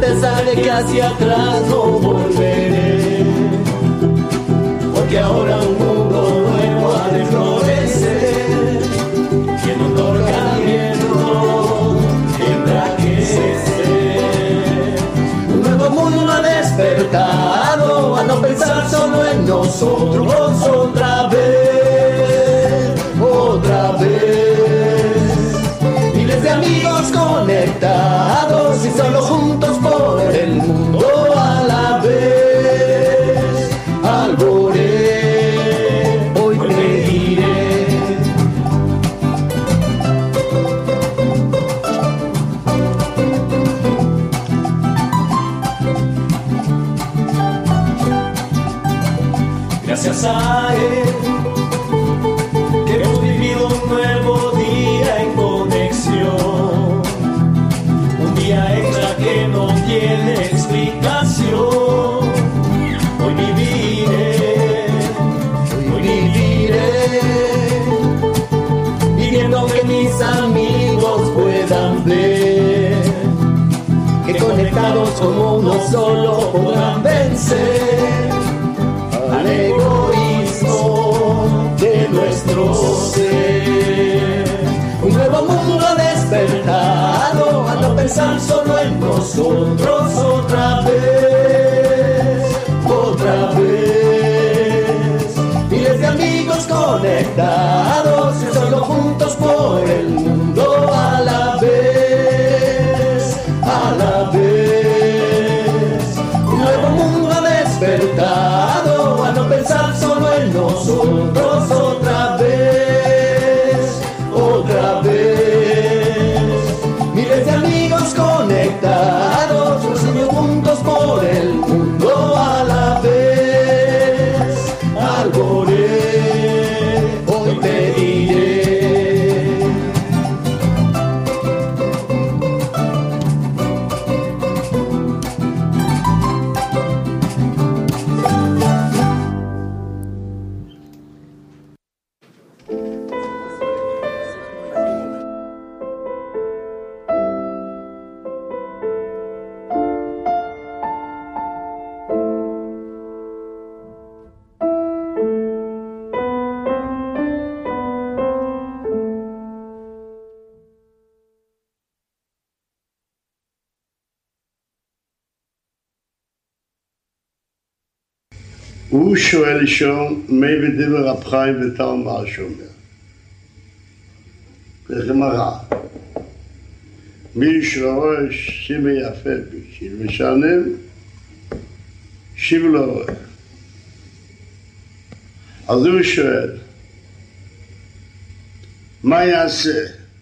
te sabe que hacia atrás no volveré, porque ahora un mundo nuevo ha de florecer, y en un torcamiento tendrá que ser. Un nuevo mundo ha despertado, a no pensar solo en nosotros otra vez, otra vez. Miles de amigos conectados y solo juntos por el mundo a la vez. Alboré, hoy te diré. Gracias a él que hemos vivido un nuevo día en conexión, un día extra que no tiene explicación. Hoy viviré, viviendo que mis amigos puedan ver que conectados como uno solo podrán vencer al egoísmo de nuestro ser. Un nuevo mundo ha despertado, a no pensar solo en nosotros otra vez, otra vez. Miles de amigos conectados y solo juntos por el mundo a la vez, a la vez. Un nuevo mundo ha despertado, a no pensar solo en nosotros otra vez, otra vez. Miles de amigos conectados, cruzando juntos por el mundo a la vez. Alboré, hoy te diré. הוא שואל ראשון, מי בדבר רב חיים ויטל מה שאומר? זה גמרא. מי שרואה שיבה יפה בשביל משענם, שיב לא רואה. אז הוא שואל, מה יעשה?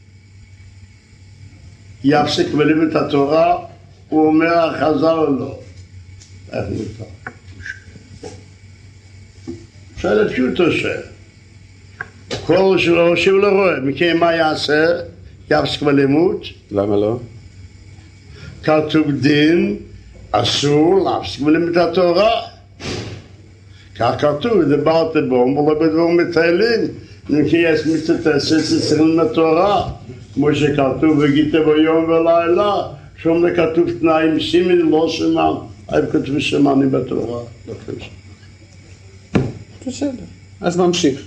יפסיק ולמד את התורה? הוא אומר, החז"ל או לא? איך מותר? שואל פשוטו שואל. כל שלא שיב לא רואה, מכן מה יעשה? יפסיק ולימוד? למה לא? כתוב דין, אסור להפסיק ולימוד את התורה. כך כתוב, דיברת בו, ולא בדבור מטיילים, מכן יש מצוות ססרים לתורה, כמו שכתוב, וגיתה בו יום ולילה, שום לכתוב תנאים, סימן לא סימן, אבל כתוב סימנים בתורה. בסדר, אז ממשיך.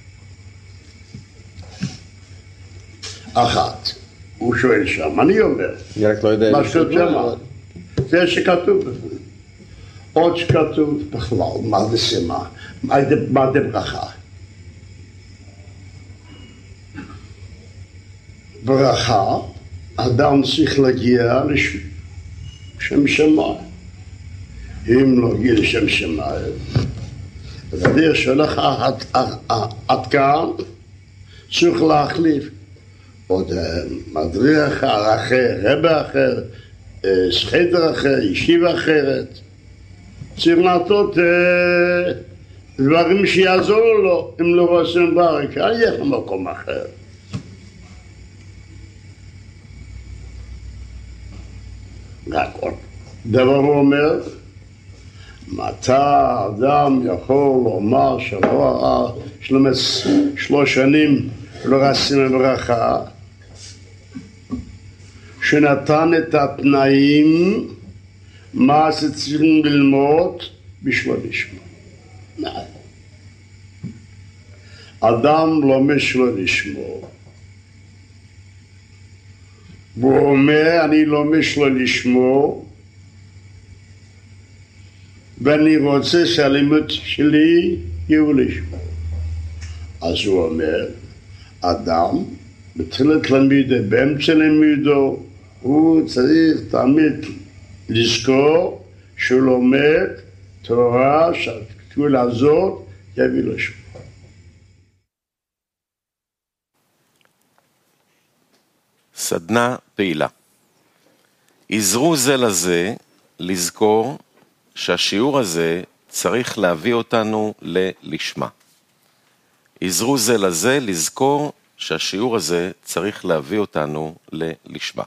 אחת, הוא שואל שם, אני אומר, אני רק לא יודע... מה שכתוב שם, זה שכתוב בפנים. עוד שכתוב בכלל, מה זה סימן, מה זה ברכה. ברכה, אדם צריך להגיע לשם שמיים. אם לא הגיע לשם שמיים, והדרך שהולך עד כאן, צריך להחליף עוד מדריך אחר, רבי אחר, סחדר אחר, ישיבה אחרת. צריך לעשות דברים שיעזור לו, אם לא רוצים ברק, אני אלך למקום אחר. רק עוד דבר הוא אומר, מתי אדם יכול לומר שלא שלומד 3 שנים לא רצים בברכה, שנתן את התנאים מה שצריכים ללמוד בשביל לשמוע. אדם לומד שלא לשמוע. והוא אומר, אני לומד שלא לשמוע, ואני רוצה שהלימוד שלי יהיו לשמוע. אז הוא אומר, אדם, בתחילת לימודו, באמצע לימודו, הוא צריך תמיד לזכור שהוא לומד תורה שהתפילה הזאת יביא לשמוע. סדנה פעילה. עזרו זה לזה לזכור שהשיעור הזה צריך להביא אותנו ללשמה. עזרו זה לזה לזכור שהשיעור הזה צריך להביא אותנו ללשמה.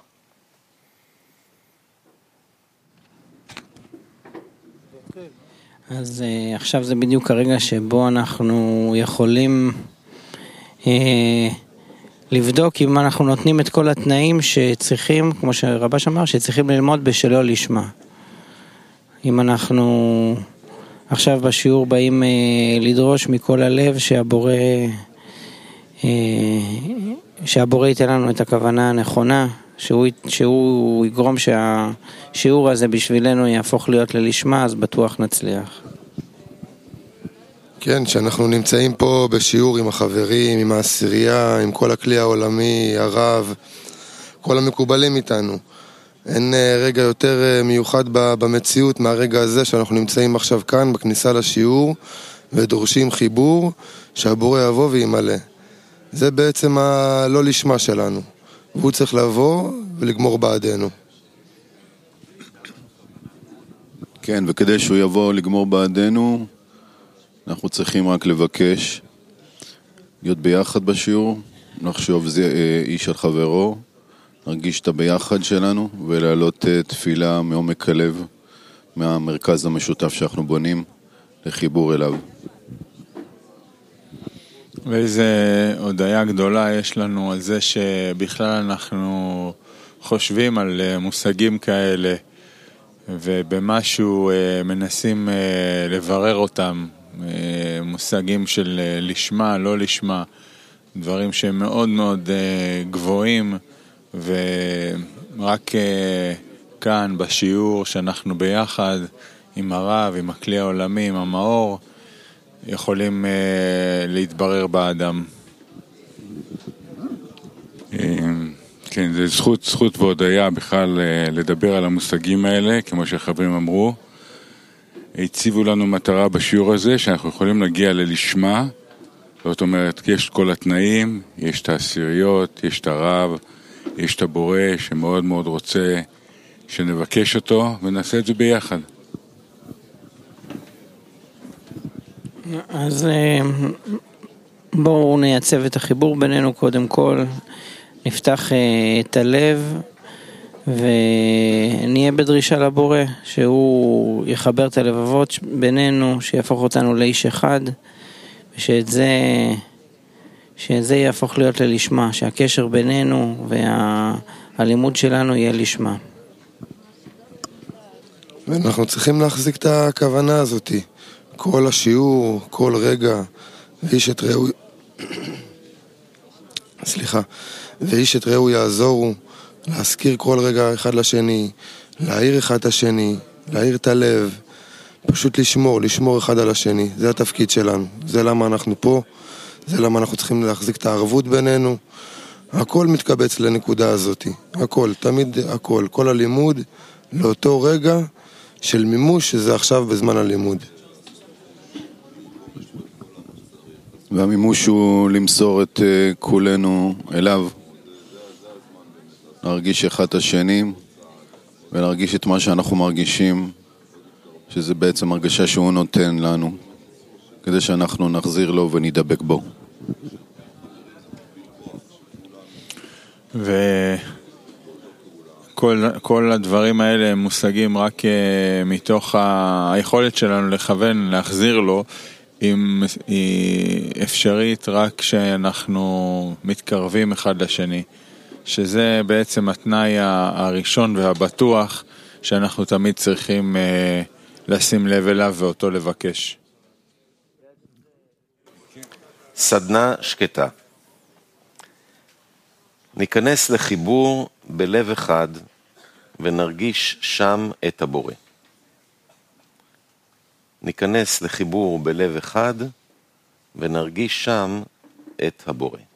אז עכשיו זה בדיוק הרגע שבו אנחנו יכולים לבדוק אם אנחנו נותנים את כל התנאים שצריכים, כמו שרבש אמר, שצריכים ללמוד בשלו לשמה. אם אנחנו עכשיו בשיעור באים לדרוש מכל הלב שהבורא ייתן לנו את הכוונה הנכונה, שהוא יגרום שהשיעור הזה בשבילנו יהפוך להיות ללשמה, אז בטוח נצליח. כן, שאנחנו נמצאים פה בשיעור עם החברים, עם העשירייה, עם כל הכלי העולמי, הרב, כל המקובלים איתנו. אין רגע יותר מיוחד במציאות מהרגע הזה שאנחנו נמצאים עכשיו כאן בכניסה לשיעור ודורשים חיבור שהבורא יבוא וימלא. זה בעצם הלא לשמה שלנו, והוא צריך לבוא ולגמור בעדנו. כן, וכדי שהוא יבוא לגמור בעדנו, אנחנו צריכים רק לבקש להיות ביחד בשיעור, לחשוב איש על חברו, נרגיש את הביחד שלנו ולהעלות תפילה מעומק הלב, מהמרכז המשותף שאנחנו בונים לחיבור אליו. ואיזה הודעה גדולה יש לנו על זה שבכלל אנחנו חושבים על מושגים כאלה ובמשהו מנסים לברר אותם, מושגים של לשמה, לא לשמה, דברים שהם מאוד מאוד גבוהים, ורק כאן בשיעור שאנחנו ביחד עם הרב, עם הכלי העולמי, עם המאור, יכולים להתברר באדם. כן, זה זכות והודיה בכלל לדבר על המושגים האלה, כמו שהחברים אמרו. הציבו לנו מטרה בשיעור הזה שאנחנו יכולים להגיע ללשמה, זאת אומרת, יש כל התנאים, יש את העשיריות, יש את הרב, יש את הבורא שמאוד מאוד רוצה שנבקש אותו ונעשה את זה ביחד. אז בואו נייצב את החיבור בינינו קודם כל, נפתח את הלב ונהיה בדרישה לבורא שהוא יחבר את הלבבות בינינו, שיהפוך אותנו לאיש אחד, שזה יהפוך להיות ללשמה, שהקשר בינינו והלימוד שלנו יהיה לשמה. ואנחנו צריכים להחזיק את הכוונה הזאת, כל השיעור, כל רגע, ואיש את רעהו ואיש את רעהו יעזורו, להזכיר כל רגע אחד לשני, להעיר אחד את השני, להעיר את הלב, פשוט לשמור אחד על השני. זה התפקיד שלנו, זה למה אנחנו פה, זה למה אנחנו צריכים להחזיק את הערבות בינינו. הכל מתקבץ לנקודה הזאת, הכל, תמיד הכל, כל הלימוד לאותו רגע של מימוש שזה עכשיו בזמן הלימוד. והמימוש הוא למסור את כולנו אליו, להרגיש אחד את השני ולהרגיש את מה שאנחנו מרגישים, שזה בעצם הרגשה שהוא נותן לנו, כדי שאנחנו נחזיר לו ונדבק בו. וכל הדברים האלה הם מושגים רק מתוך היכולת שלנו לכוון, להחזיר לו, היא אפשרית רק כשאנחנו מתקרבים אחד לשני, שזה בעצם התנאי הראשון והבטוח שאנחנו תמיד צריכים לשים לב אליו ואותו לבקש. סדנה שקטה. ניכנס לחיבור בלב אחד ונרגיש שם את הבורא. ניכנס לחיבור בלב אחד ונרגיש שם את הבורא.